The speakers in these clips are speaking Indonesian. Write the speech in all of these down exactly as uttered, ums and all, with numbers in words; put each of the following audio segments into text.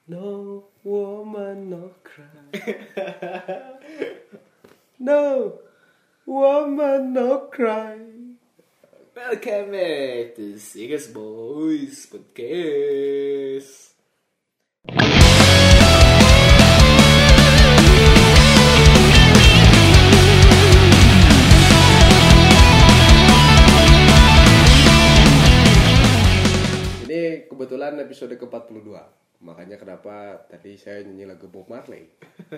No woman no cry. No woman no cry. Welcome back to Singers Boys Podcast. Ini kebetulan episode ke empat puluh dua. Makanya kenapa tadi saya nyanyi lagu Bob Marley.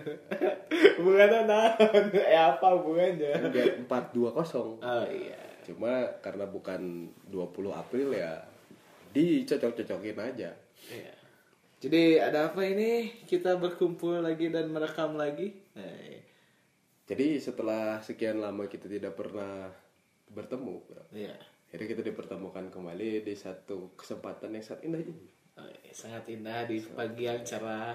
Hubungannya naon? Eh apa hubungannya? Kan dia empat dua nol. Oh iya. Cuma karena bukan dua puluh April ya dicocok-cocokin aja. Iya. Jadi ada apa ini? Kita berkumpul lagi dan merekam lagi. Eh. Jadi setelah sekian lama kita tidak pernah bertemu, Iya. akhirnya kita dipertemukan kembali di satu kesempatan yang sangat indah ini. Oh, iya. Sangat indah di pagi yang cerah.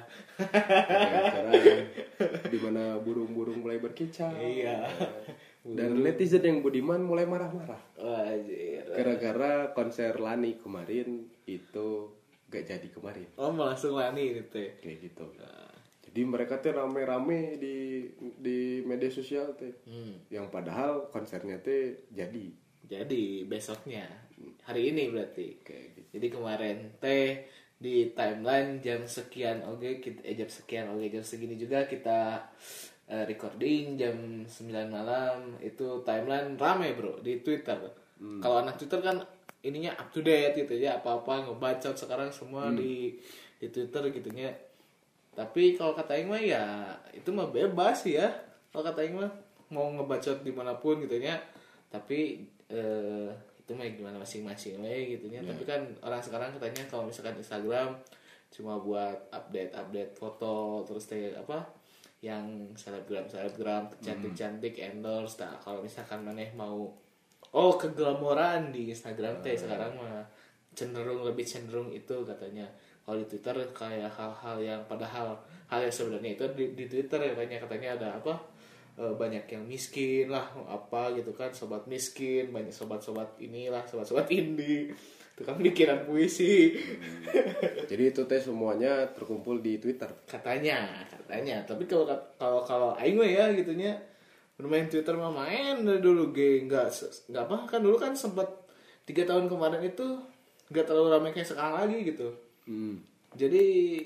Acara di mana burung-burung mulai berkicau. Iya. Dan netizen yang budiman mulai marah-marah. Wajir. Gara-gara konser Lani kemarin itu gak jadi kemarin. Oh, mau langsung Lani gitu. Kayak gitu. Jadi mereka tuh rame-rame di di media sosial teh. Hmm. Yang padahal konsernya teh jadi. Jadi besoknya hari ini berarti. Kayak gitu. Jadi kemarin teh di timeline jam sekian oke kita eh, jam sekian oke jam segini juga kita uh, recording jam sembilan malam itu timeline rame bro di Twitter. Hmm. Kalau anak Twitter kan ininya up to date gitu ya, apa-apa ngebacot sekarang semua hmm. di di Twitter gitunya. Tapi kalau kata Aing mah ya itu mah bebas ya. Kalau kata Aing mah mau ngebacot dimanapun gitu ya. Tapi eh, itu mah gimana masing-masing we gitu ya. Yeah. Tapi kan orang sekarang katanya kalau misalkan Instagram cuma buat update-update foto terus teh apa yang selebgram-selebgram cantik-cantik endorse. Nah, kalau misalkan maneh mau oh keglamoran di Instagram teh sekarang mah cenderung lebih cenderung itu katanya. Kalau di Twitter kayak hal-hal yang padahal hal yang sebenarnya itu di, di Twitter katanya katanya ada apa e, banyak yang miskin lah apa gitu kan, sobat miskin, banyak sobat-sobat inilah sobat-sobat indie itu kan pikiran puisi. Hmm. Jadi itu teh semuanya terkumpul di Twitter. Katanya, katanya. Tapi kalau kalau kalau aing mah ya gitunya bermain Twitter mah main dari dulu ge enggak enggak apa kan dulu kan sempat tiga tahun kemarin itu enggak terlalu ramai kayak sekarang lagi gitu. Hmm. Jadi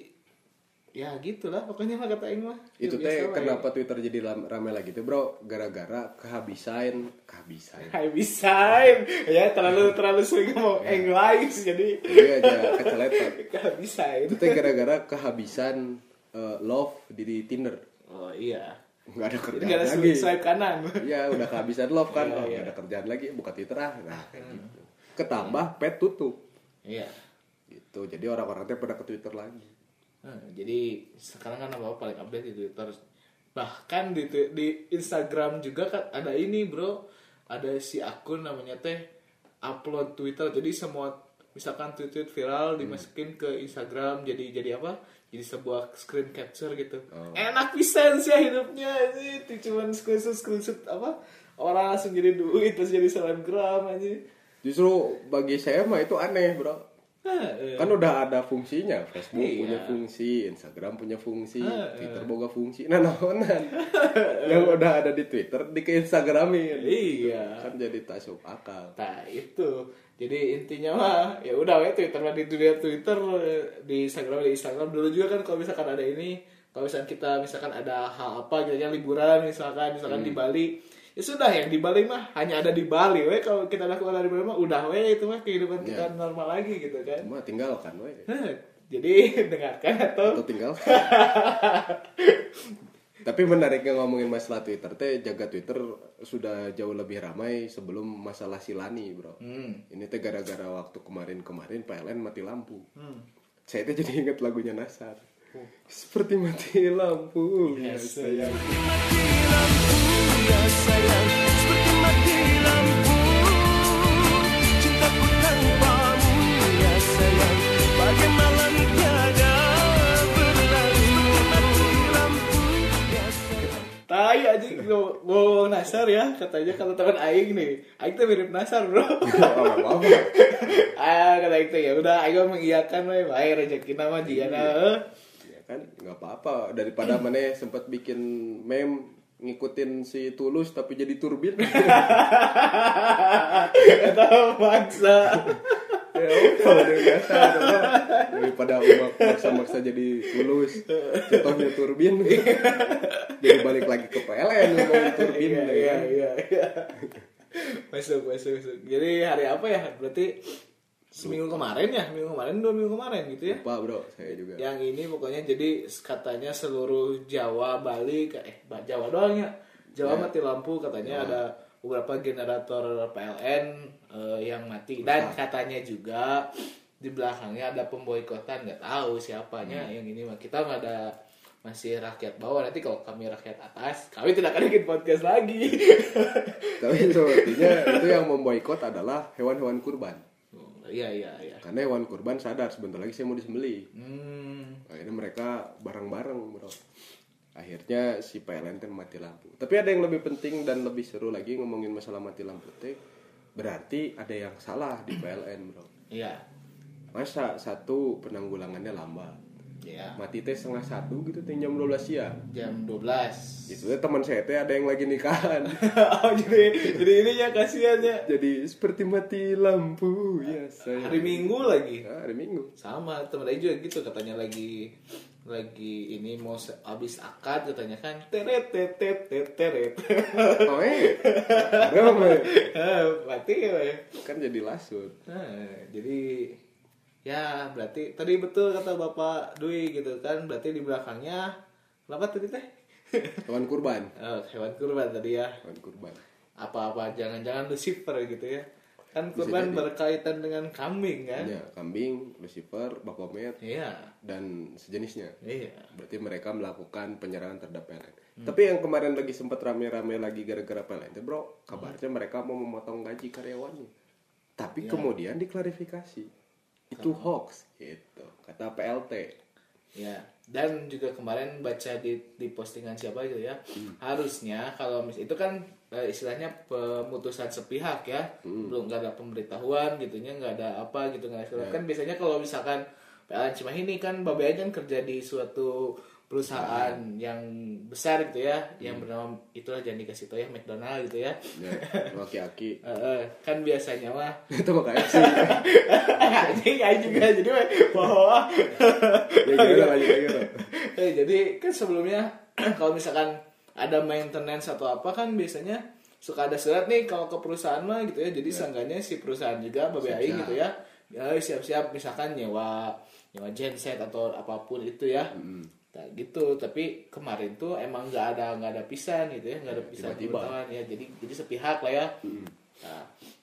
ya gitulah pokoknya mah kata aing mah. Itu teh kenapa ya. Twitter jadi ramai lagi tuh bro? Gara-gara kehabisan, kehabisan. Kehabisan. Ya terlalu terlalu sering ngomong ya. English jadi. Iya aja keceletot. Kehabisan. Itu teh gara-gara kehabisan uh, love di, di Tinder. Oh iya. Nggak ada kerjaan jadi lagi. Swipe kanan. Iya udah kehabisan love kan. Iya, oh, iya. Nggak ada kerjaan lagi buka Twitter ah. Nah, gitu. Ketambah pet tutup. Iya. Gitu. Jadi orang-orang teh pada ke Twitter lagi. Nah, jadi sekarang kan apa paling update di Twitter. Bahkan di di Instagram juga kan ada ini, Bro. Ada si akun namanya teh upload Twitter. Jadi semua misalkan tweet-tweet viral hmm. dimasukin ke Instagram jadi jadi apa? Jadi sebuah screen capture gitu. Oh. Enak pisan sih hidupnya sih. Itu cuman screenshot-screenshot apa? Orang langsung jadi duit terus jadi selebgram aja. Justru bagi saya mah itu aneh, Bro. Kan udah ada fungsinya, Facebook iya. punya fungsi, Instagram punya fungsi, uh, Twitter boga fungsi. Nah, naonan yang udah ada di Twitter di ke Instagramin. Iya. Kan jadi tak masuk akal. Nah, itu. Jadi intinya mah ya udah we Twitter mah di dunia Twitter, di Instagram di Instagram dulu juga kan kalau misalkan ada ini, kalau misalkan kita misalkan ada hal apa gitu ya liburan misalkan misalkan hmm. di Bali. Ya sudah yang di Bali mah hanya ada di Bali we kalau kita lakukan dari Bali mah udah we itu mah kehidupan kita ya. Normal lagi gitu kan. Cuma tinggalkan we. Jadi dengarkan atau atau tinggalkan. Tapi menariknya ngomongin masalah Twitter teh jaga Twitter sudah jauh lebih ramai sebelum masalah Silani, Bro. Hmm. Ini teh gara-gara waktu kemarin-kemarin P L N mati lampu. Hmm. Saya teh jadi ingat lagunya Nassar. Oh. Seperti mati lampu ya sayang. Mati lampu ya sayang. Seperti mati lampu. Cintaku tanpamu ya sayang. Bagai malam tiada berlalu. Seperti mati lampu ya sayang. Tai aja ngomong Nassar ya. Katanya kalau teman aing nih, aing tuh mirip Nassar, Bro. Apa-apa. Ah, kata aing tuh ya udah aing mengiyakan we bae rezeki nama dia na. kan nggak apa-apa daripada mana sempat bikin meme ngikutin si Tulus tapi jadi turbin. Tahu maksa. Ya udah udah biasa udah. Daripada maksa-maksa jadi Tulus contohnya turbin. Jadi balik lagi ke P L N ngomongin turbin. Iya iya iya. Masuk masuk masuk. Jadi hari apa ya? Berarti seminggu kemarin ya, minggu kemarin, dua minggu kemarin gitu ya. Lupa bro, saya juga. Yang ini pokoknya jadi katanya seluruh Jawa, Bali, eh Jawa doang ya. Jawa ya. Mati lampu katanya ya. Ada beberapa generator P L N uh, yang mati. Dan katanya juga di belakangnya ada pemboikotan, nggak tahu siapanya. Hmm. Yang ini kita nggak ada, masih rakyat bawah. Nanti kalau kami rakyat atas, kami tidak akan bikin podcast lagi. Tapi sepertinya itu yang memboikot adalah hewan-hewan kurban. Iya iya iya. Karena hewan kurban sadar sebentar lagi saya mau disembelih. Hmm. Akhirnya mereka bareng-bareng bro. Akhirnya si P L N kan mati lampu. Tapi ada yang lebih penting dan lebih seru lagi ngomongin masalah mati lampu teh. Berarti ada yang salah di P L N bro. Iya. Masa satu penanggulangannya lambat. Iya. Mati teh setengah satu gitu teh jam dua belas siang. Jam dua belas. Itu teh teman saya teh ada yang lagi nikahan. Oh jadi jadi ini ya kasihan ya. Jadi seperti mati lampu ya saya. Hari Minggu lagi. Nah, hari Minggu. Sama temen saya juga gitu katanya lagi lagi ini mau habis akad katanya kan teret teret teret teret. Oh eh. Berarti ya. Kan jadi lasut. Nah, jadi ya berarti tadi betul kata Bapak Dwi gitu kan, berarti di belakangnya apa tadi teh? Hewan kurban. Oh, hewan kurban tadi ya. Hewan kurban. Apa-apa jangan-jangan Lucifer gitu ya. Kan kurban berkaitan dengan kambing kan? Ya, kambing, Lucifer, Baphomet. Iya. Dan sejenisnya. Iya. Berarti mereka melakukan penyerangan terhadap P L N. Hmm. Tapi yang kemarin lagi sempat rame-rame lagi gara-gara P L N itu, bro, kabarnya hmm. mereka mau memotong gaji karyawannya. Tapi ya. Kemudian diklarifikasi. Itu hoax gitu kata P L T ya. Dan juga kemarin baca di di postingan siapa itu ya, hmm. harusnya kalau mis itu kan e, istilahnya pemutusan sepihak ya, hmm. belum nggak ada pemberitahuan gitunya, nggak ada apa gitu, nggak ada ya. Kan biasanya kalau misalkan P L N Cimahi ini kan Babe kan kerja di suatu perusahaan hmm. yang besar gitu ya, hmm. yang bernama itulah jangan dikasih tau ya, McDonald gitu ya. Ya, aki-aki. uh, kan biasanya mah itu mah kayak sih. Anjing aja juga jadi bahwa ya gimana lagi gitu. Eh, jadi kan sebelumnya kalau misalkan ada maintenance atau apa kan biasanya suka ada surat nih kalau ke perusahaan mah gitu ya. Jadi ya. Seenggaknya si perusahaan juga B B I gitu ya. Ya siap-siap misalkan nyewa nyewa genset atau apapun itu ya. Mm-hmm. Nah, gitu. Tapi kemarin tuh emang nggak ada nggak ada pisan gitu ya, nggak ada pisan pemberitahuan ya. Jadi jadi sepihak lah ya. Mm-hmm. Nah,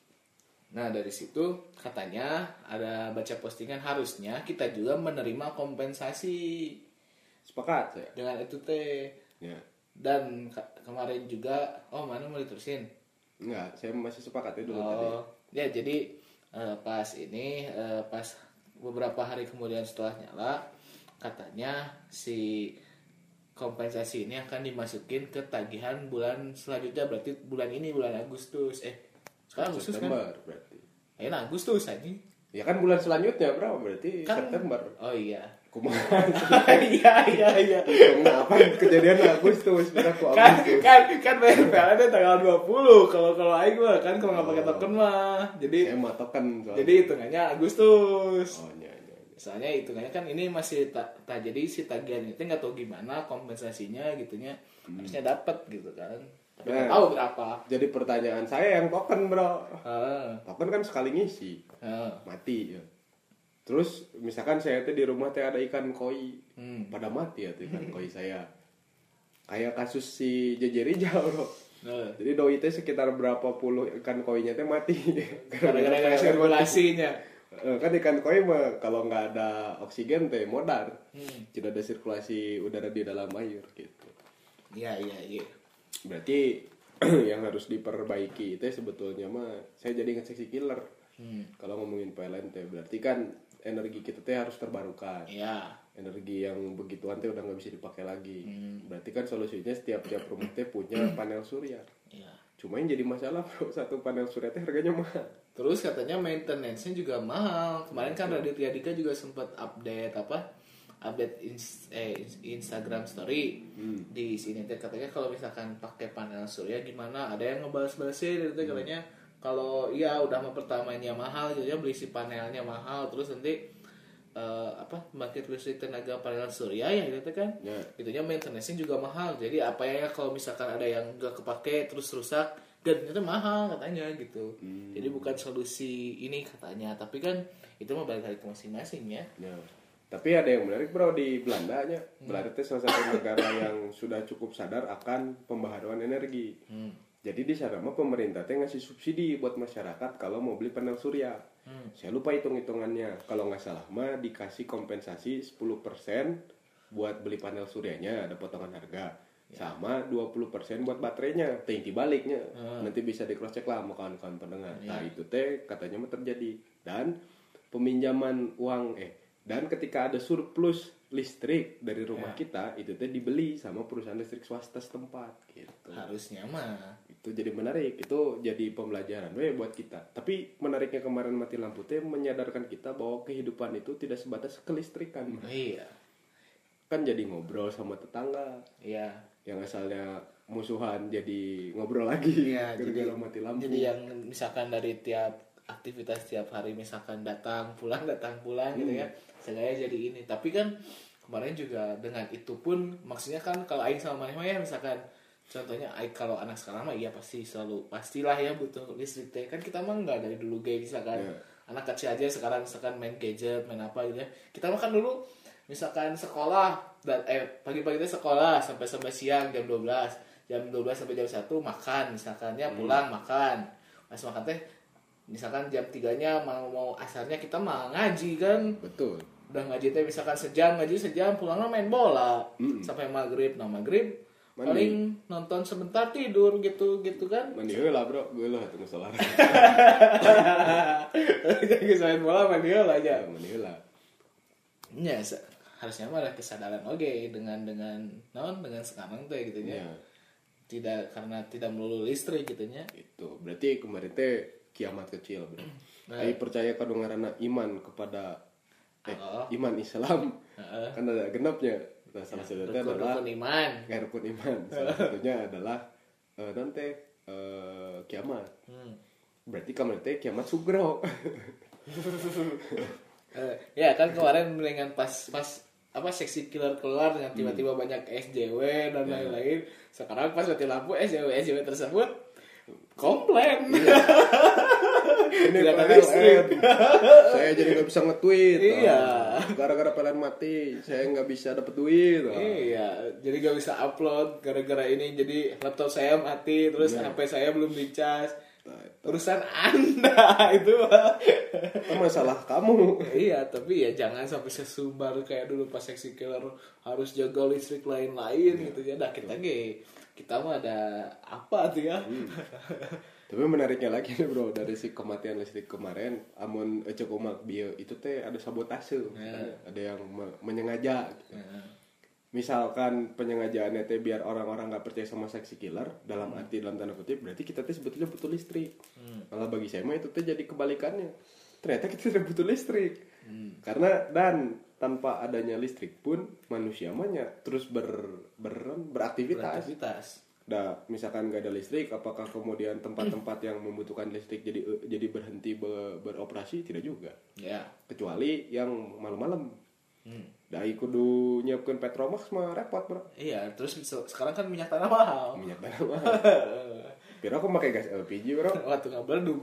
nah dari situ katanya ada baca postingan harusnya kita juga menerima kompensasi. Sepakat saya. Dengan itu teh. Ya. Dan ke- kemarin juga oh mana mau diterusin? Enggak, saya masih sepakat itu dulu oh, tadi. Ya jadi uh, pas ini uh, pas beberapa hari kemudian setelah nyala katanya si kompensasi ini akan dimasukin ke tagihan bulan selanjutnya, berarti bulan ini bulan Agustus eh sekarang Agustus September kan? Berarti. Eh nah Agustus aja. Ya kan bulan selanjutnya bro, berarti kan, September. Oh iya. Kumaha? Iya iya iya. Kenapa kejadian Agustus? Aku kan kan kan bayar P L N tanggal dua puluh kalau kalau aing mah kan kalau nggak pakai token mah. Jadi saya mah token. Soalnya. Jadi hitungannya Agustus. Oh iya iya. Soalnya hitungannya kan ini masih tak ta, jadi si tagihan itu nggak tahu gimana kompensasinya gitunya. Hmm. Harusnya dapat gitu kan. Tapi nah, tahu berapa. Jadi pertanyaan saya yang token, bro. Uh. Token kan sekali ngisi. Uh. Mati ya. Terus misalkan saya tuh di rumah tuh ada ikan koi, hmm. pada mati ya tuh ikan koi saya. Kayak kasus si J J Rijal bro. Uh. Jadi doi teh sekitar berapa puluh ikan koinya teh mati. Gara-gara sirkulasinya. Kan ikan koi mah kalau nggak ada oksigen teh modar. Hmm. Tidak ada sirkulasi udara di dalam air gitu. Iya iya iya. Berarti yang harus diperbaiki itu sebetulnya mah saya jadi nge-seksi killer. Hmm. Kalau ngomongin P L N teh berarti kan energi kita teh harus terbarukan. Iya. Energi yang begituan teh udah nggak bisa dipakai lagi. Hmm. Berarti kan solusinya setiap tiap rumah teh punya panel surya. Iya. Cuma yang jadi masalah bro, satu panel surya teh harganya mahal. Terus katanya maintenance-nya juga mahal. Kemarin kan Raditya Dika juga sempat update apa? update ins- eh, Instagram story hmm. di sini teh katanya kalau misalkan pakai panel surya gimana, ada yang ngebahas-bahasnya itu hmm. katanya kalau iya udah mah pertamanya mahal jadi beli si panelnya mahal terus nanti uh, apa pembangkit listrik tenaga panel surya ya gitu kan yeah. itunya maintenance-nya juga mahal jadi apa ya kalau misalkan ada yang gak kepake terus rusak gantinya itu mahal katanya gitu hmm. jadi bukan solusi ini katanya tapi kan itu mah balik lagi ke masing-masing ya yeah. Tapi ada yang menarik bro di Belanda nya. Hmm. Belanda itu salah satu negara yang sudah cukup sadar akan pembaharuan energi. Hmm. Jadi di sana mah pemerintah teh ngasih subsidi buat masyarakat kalau mau beli panel surya. Hmm. Saya lupa hitung-hitungannya. Kalau nggak salah mah dikasih kompensasi sepuluh persen buat beli panel suryanya, ada potongan harga. Ya. Sama dua puluh persen buat baterainya. Teh baliknya. Hmm. Nanti bisa di cross check lah sama kawan-kawan pendengar. Ya. Nah, itu teh katanya mah terjadi. Dan peminjaman uang eh dan ketika ada surplus listrik dari rumah ya. Kita itu teh dibeli sama perusahaan listrik swasta setempat gitu. Harusnya mah itu jadi menarik, itu jadi pembelajaran we buat kita. Tapi menariknya kemarin mati lampu teh menyadarkan kita bahwa kehidupan itu tidak sebatas kelistrikan. Oh, iya. Kan jadi ngobrol sama tetangga. Iya. Yang asalnya musuhan jadi ngobrol lagi. Iya, jadi mati lampu. Jadi yang misalkan dari tiap aktivitas tiap hari misalkan datang pulang datang pulang hmm. gitu ya. Saya jadi ini. Tapi kan kemarin juga dengan itu pun maksudnya kan kalau aing sama maneh ya misalkan contohnya aing kalau anak sekarang mah iya pasti selalu pastilah ya butuh listrik teh. Kan kita mah enggak dari dulu kayak misalkan yeah. anak kecil aja sekarang misalkan main gadget, main apa gitu ya. Kita mah kan dulu misalkan sekolah dan eh pagi-pagi itu sekolah sampai sampai siang jam dua belas. Jam dua belas sampai jam satu makan misalkan ya pulang hmm. makan. Pas makan teh misalkan jam tiganya mau mau asarnya kita mah ngaji kan. Betul. Udah ngaji teh misalkan sejam ngaji sejam pulangnya main bola mm-hmm. sampai maghrib. Nah maghrib mandi. Paling nonton sebentar tidur gitu gitu kan. Mandi heula bro, gue lah tunggu salah. Jadi main bola mandi heula aja. Mandi heula. Ya harusnya mah ada kesadaran oke okay, dengan dengan non dengan sekarang teh gitu ya. Tidak karena tidak melulu listrik gitunya. Itu berarti kemarin teh kiamat kecil bro. Nah. Ai percaya kadungaranna iman kepada eh, oh. iman Islam. Uh-uh. Kan ada genapnya. Nah, salah ya, satunya adalah rukun iman. Ya, rukun iman. Salah satunya adalah uh, nanti uh, kiamat. Hmm. Berarti kemarin teh kiamat sugro. uh, ya kan kemarin dengan pas pas apa seksi killer keluar dengan tiba-tiba hmm. banyak S J W dan ya. lain-lain. Sekarang pas mati lampu S J W S J W tersebut komplain. Iya. Ini P L N. Saya jadi nggak bisa nge-tweet. Iya. Oh, gara-gara P L N mati, saya nggak bisa dapet duit. Oh. Iya. Jadi nggak bisa upload gara-gara ini. Jadi laptop saya mati, terus nah. H P saya belum dicas. Nah, urusan Anda itu masalah kamu. Iya, tapi ya jangan sampai sesumbar kayak dulu pas seksi killer harus jaga listrik lain-lain ya. Gitu ya. Nah kita ge kita mah ada apa tuh ya? Hmm. Tapi menariknya lagi nih bro, dari si kematian listrik kemarin, amun ecek umak bio itu teh ada sabotase, ya. Ada yang me- menyengaja. Gitu. Ya. Misalkan penyengajaannya teh biar orang-orang nggak percaya sama seksi killer, dalam hmm. arti dalam tanda kutip, berarti kita teh sebetulnya butuh listrik. Hmm. Malah bagi saya mah itu teh jadi kebalikannya. Ternyata kita tidak butuh listrik, hmm. karena dan tanpa adanya listrik pun manusia mahnya terus ber, ber beraktivitas. beraktivitas. Nah, misalkan nggak ada listrik, apakah kemudian tempat-tempat yang membutuhkan listrik jadi jadi berhenti be, beroperasi? Tidak juga. Ya. Kecuali yang malam-malam. Hmm. Dai kudu nyiapkeun Petromax mah repot bro. Iya, terus sekarang kan minyak tanah mahal. Minyak tanah mahal. Kira aku pakai gas L P G bro. Waktu ngabaldung.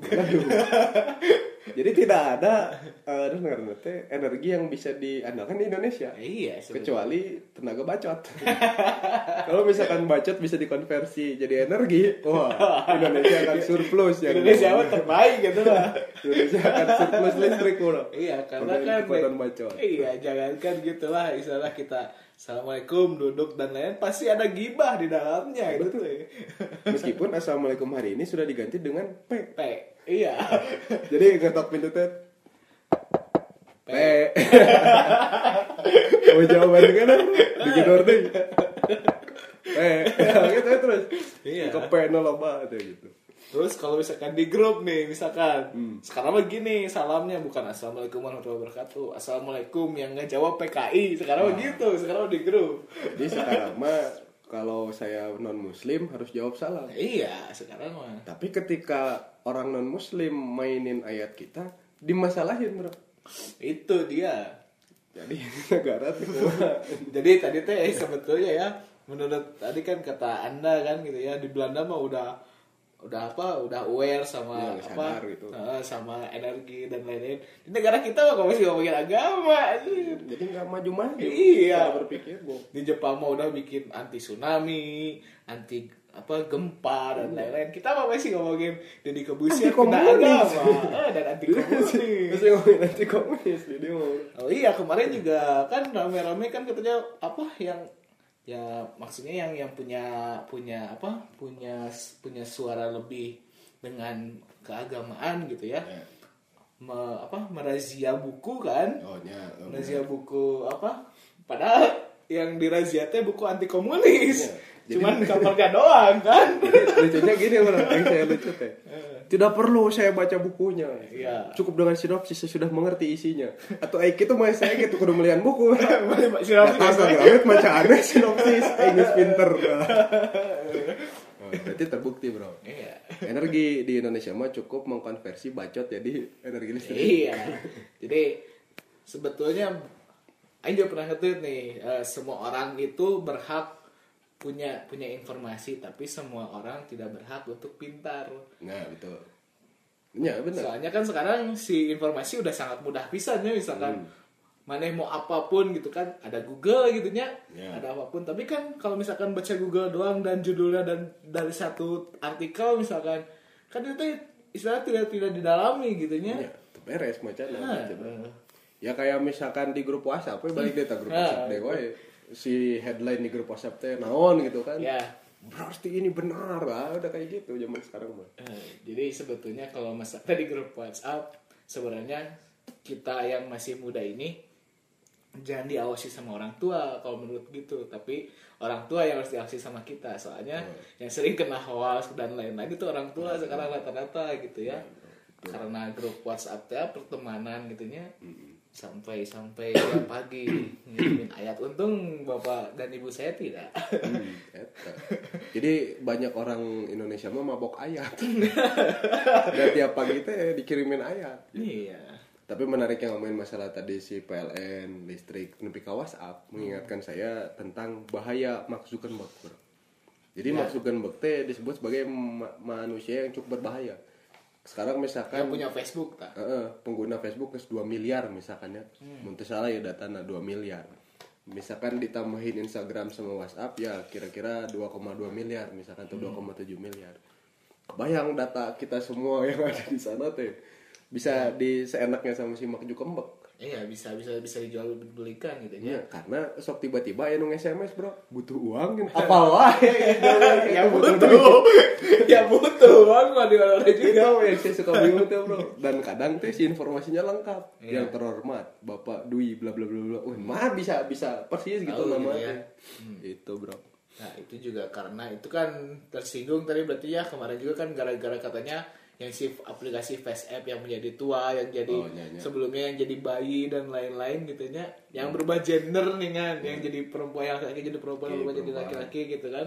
Jadi tidak ada uh, energi yang bisa diandalkan di Indonesia. Iya, kecuali tenaga bacot. Kalau misalkan bacot bisa dikonversi jadi energi, wah Indonesia akan surplus ya. Indonesia mah terbaik gitu lah. Indonesia akan surplus listrik bro. Iya, karena kan kekuatan bacot. Iya, jangankan gitulah istilah kita Assalamualaikum duduk dan lain pasti ada gibah di dalamnya gitu. Meskipun Assalamualaikum hari ini sudah diganti dengan P. P. Iya. Jadi ngetok pintu teh. P. Oh jawaban kan digedor deh. P. Gitu terus. Iya. Ke P nol apa gitu. Terus kalau misalkan di grup nih, misalkan Hmm. sekarang begini salamnya bukan assalamualaikum warahmatullahi wabarakatuh, assalamualaikum yang nggak jawab P K I. Sekarang begitu, sekarang di grup. Jadi sekarang mah kalau saya non muslim harus jawab salam. Iya, sekarang mah. Tapi ketika orang non muslim mainin ayat kita dimasalahin bro. Itu dia. Jadi negara tuh Jadi tadi teh eh, sebetulnya ya, menurut tadi kan kata Anda kan gitu ya, di Belanda mah udah udah apa udah aware sama ya, apa sadar gitu. uh, sama energi dan lain-lain. Di negara kita mah masih ngomongin agama anjir. Jadi nggak maju-maju. Iya. Cara berpikir bu. Di Jepang mah udah bikin anti tsunami, anti apa gempa dan lain-lain. Kita mah masih ngomongin Deddy Corbuzier Anti pindah komunis. agama eh, dan anti komunis. Masih ngomongin anti komunis jadi mau. Oh iya, kemarin juga kan rame-rame kan katanya apa yang ya maksudnya yang yang punya punya apa punya punya suara lebih dengan keagamaan gitu ya. Ya. Me, apa merazia buku kan? Oh ya. Oh, Merazia buku apa? Padahal yang dirazia teh buku anti komunis. Ya. Jadi- Cuman covernya doang kan. Lucunya gini orang yang saya lucu teh. Tidak perlu saya baca bukunya. Iya. Cukup dengan sinopsis saya sudah mengerti isinya. Atau aik itu mah saya gitu kudu melihat buku. Sinopsis Data apa? banget macam aneh sinopsis Inggris pinter. Oh, berarti terbukti bro. Iya. Energi di Indonesia mah cukup mengkonversi bacot jadi energi listrik. Iya. Jadi sebetulnya Aing juga pernah nge-tweet nih, eh, semua orang itu berhak punya punya informasi, tapi semua orang tidak berhak untuk pintar. Nah betul. Ya benar. Soalnya kan sekarang si informasi udah sangat mudah pisan ya, misalkan Hmm. mana mau apapun gitu kan, ada Google gitunya, Ya. ada apapun. Tapi kan kalau misalkan baca Google doang dan judulnya dan dari satu artikel misalkan, kan itu istilah tidak tidak didalami gitunya. Ya, beres macam Nah, nah, ya kayak misalkan di grup WhatsApp, we balik deh ta grup Nah, WhatsApp deh, we. Si headline di grup WhatsApp teh naon gitu kan. ya. Berarti ini benar, ah, udah kayak gitu zaman sekarang mah. Eh, jadi sebetulnya kalau masa tadi grup WhatsApp sebenarnya kita yang masih muda ini jangan diawasi sama orang tua kalau menurut gitu, tapi orang tua yang harus diawasi sama kita, soalnya yang sering kena hoax dan lain-lain itu orang tua sekarang rata-rata gitu ya, karena grup WhatsApp ya pertemanan gitunya sampai sampai tiap pagi ngirimin ayat. Untung bapak dan ibu saya tidak. Hmm, eta. Jadi banyak orang Indonesia mah mabok ayat. Dan tiap pagi teh dikirimin ayat. Iya. Tapi menarik yang ngomongin masalah tadi si P L N, listrik, nepi ka WhatsApp, mengingatkan saya tentang bahaya Mark Zuckerberg. Bro. Jadi Ya. Mark Zuckerberg teh disebut sebagai ma- manusia yang cukup berbahaya. Sekarang misalkan Yang punya Facebook tak? uh, pengguna Facebook ke dua miliar misalkan ya. Hmm. Mun teu salah ya datana dua miliar. Misalkan ditambahin Instagram sama WhatsApp ya kira-kira dua koma dua miliar misalkan atau Hmm. dua koma tujuh miliar. Bayang data kita semua yang ada di sana teh bisa di seenaknya sama si Mark Zuckerberg. Iya, bisa bisa bisa dijual belikan gitu Ya, ya. karena sok tiba-tiba ya nung S M S bro butuh uang kan apalah Ya butuh. Ya butuh uang mah di mana itu juga. yang saya suka bingung tuh bro. Dan kadang tuh si informasinya lengkap. Iya. Yang terhormat Bapak Dwi bla bla bla bla. Wah, mah bisa bisa persis gitu Tahu gitu namanya. ya. Itu bro. Nah, itu juga karena itu kan tersinggung tadi berarti ya kemarin juga kan gara-gara katanya yang si aplikasi Face App yang menjadi tua, yang jadi Oh, iya, iya. sebelumnya yang jadi bayi dan lain-lain gitu nya, yang berubah gender nih kan, yang jadi perempuan, yang laki jadi perempuan, yang Oke, berubah jadi perempuan. laki-laki gitu kan.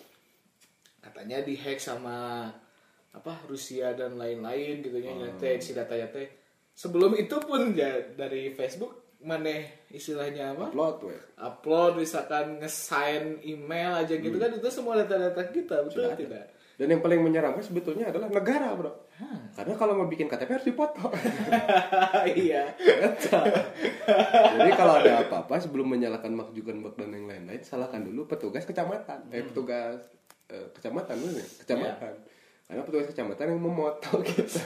Katanya dihack sama apa Rusia dan lain-lain gitu nya, Oh. teh si datanya teh. Sebelum itu pun ya dari Facebook maneh istilahnya apa? Upload we. Upload misalkan nge-sign email aja gitu kan, itu semua data-data kita, betul Sudah ada. tidak? Dan yang paling menyeramkan sebetulnya adalah negara bro. Karena kalau mau bikin K T P harus dipoto. Iya. Jadi kalau ada apa-apa sebelum menyalahkan Mark Zuckerberg dan yang lain-lain, salahkan dulu petugas kecamatan, eh petugas eh, kecamatan dulu ya, kecamatan. Karena petugas kecamatan yang memoto kita.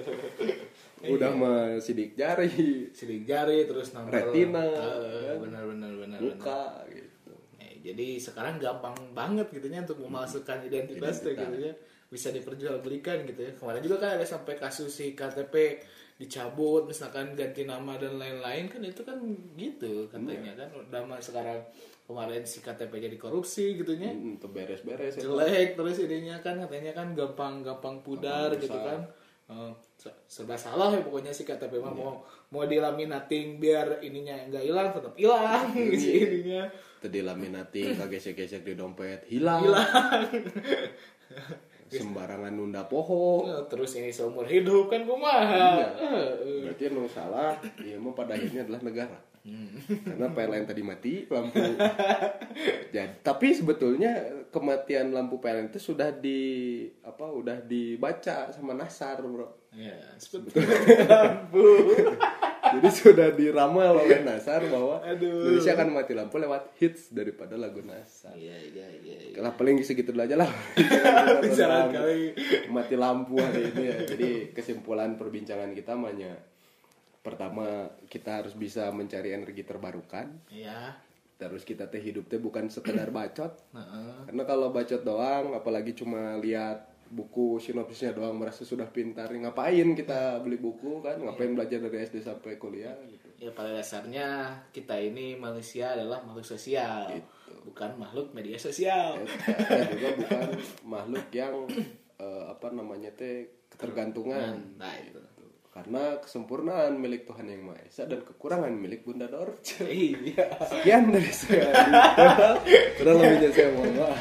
Udah mah sidik jari, Sidik jari terus nomor retina, Eh, kan? benar benar benar benar. muka gitu. Eh, jadi sekarang gampang banget gitu nya untuk memasukkan identitas tuh Identitas. gitu ya. bisa diperjualbelikan gitu ya. Kemarin juga kan ada sampai kasus si K T P dicabut misalkan ganti nama dan lain-lain kan, itu kan gitu katanya kan udah mah sekarang kemarin si K T P jadi korupsi gitunya. Hmm, tuh beres-beres jelek terus ininya kan katanya kan gampang-gampang pudar gampang gitu kan. Uh, serba salah ya pokoknya si K T P mah yeah. mau mau dilaminating biar ininya enggak hilang tetap hilang si ininya. Tadi laminating kagesek-gesek di dompet hilang. Hilang. Sembarangan nunda poho. Terus ini seumur hidup kan kumaha. Iya. Berarti yang salah ya mau pada akhirnya adalah negara. Hmm. Karena P L N tadi mati lampu. Jadi, tapi sebetulnya kematian lampu P L N itu sudah di apa udah dibaca sama Nasar, Bro. Ya, sebetulnya lampu. Jadi sudah diramal oleh Nasar bahwa Aduh. Indonesia akan mati lampu lewat hits daripada lagu Nasar. Iya, iya, iya. Ya. Kalau paling segitu dulu aja lah. Bicara kali mati lampu hari ini ya. Jadi kesimpulan perbincangan kita hanya pertama kita harus bisa mencari energi terbarukan. Iya. Terus kita teh hidup teh bukan sekedar bacot. Uh-uh. Karena kalau bacot doang, apalagi cuma lihat buku sinopsisnya doang merasa sudah pintar, ngapain kita beli buku kan, ngapain belajar dari S D sampai kuliah gitu. Ya pada dasarnya kita ini manusia adalah makhluk sosial gitu. Bukan makhluk media sosial ya, dan juga bukan makhluk yang uh, apa namanya teh ketergantungan. Nah itu karena kesempurnaan milik Tuhan Yang Maha Esa dan kekurangan milik Bunda Dorce. Iya. Sekian dari saya. Kurang lebihnya saya mohon maaf.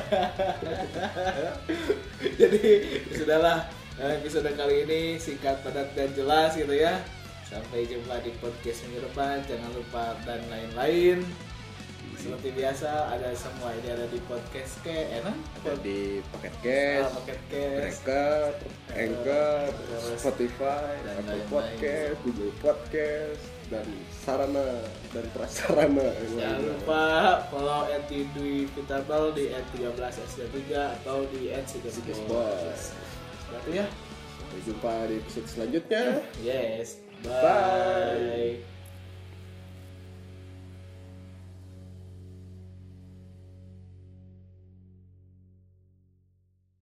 Jadi sudahlah episode kali ini singkat, padat dan jelas gitu ya. Sampai jumpa di podcast minggu depan. Jangan lupa dan lain-lain. Seperti biasa ada semua ini ada di podcast ke enak ada di Pocket Cast, ah, Pocket Cast, Breaker, Anchor, Spotify, Apple Podcast, Google Podcast dan sarana dan prasarana. Jangan lupa follow at Dwi Fitable di at tiga belas S tiga atau di at Sigas Bos. Berarti ya. Sampai jumpa di episode selanjutnya. Yes. Bye. Bye.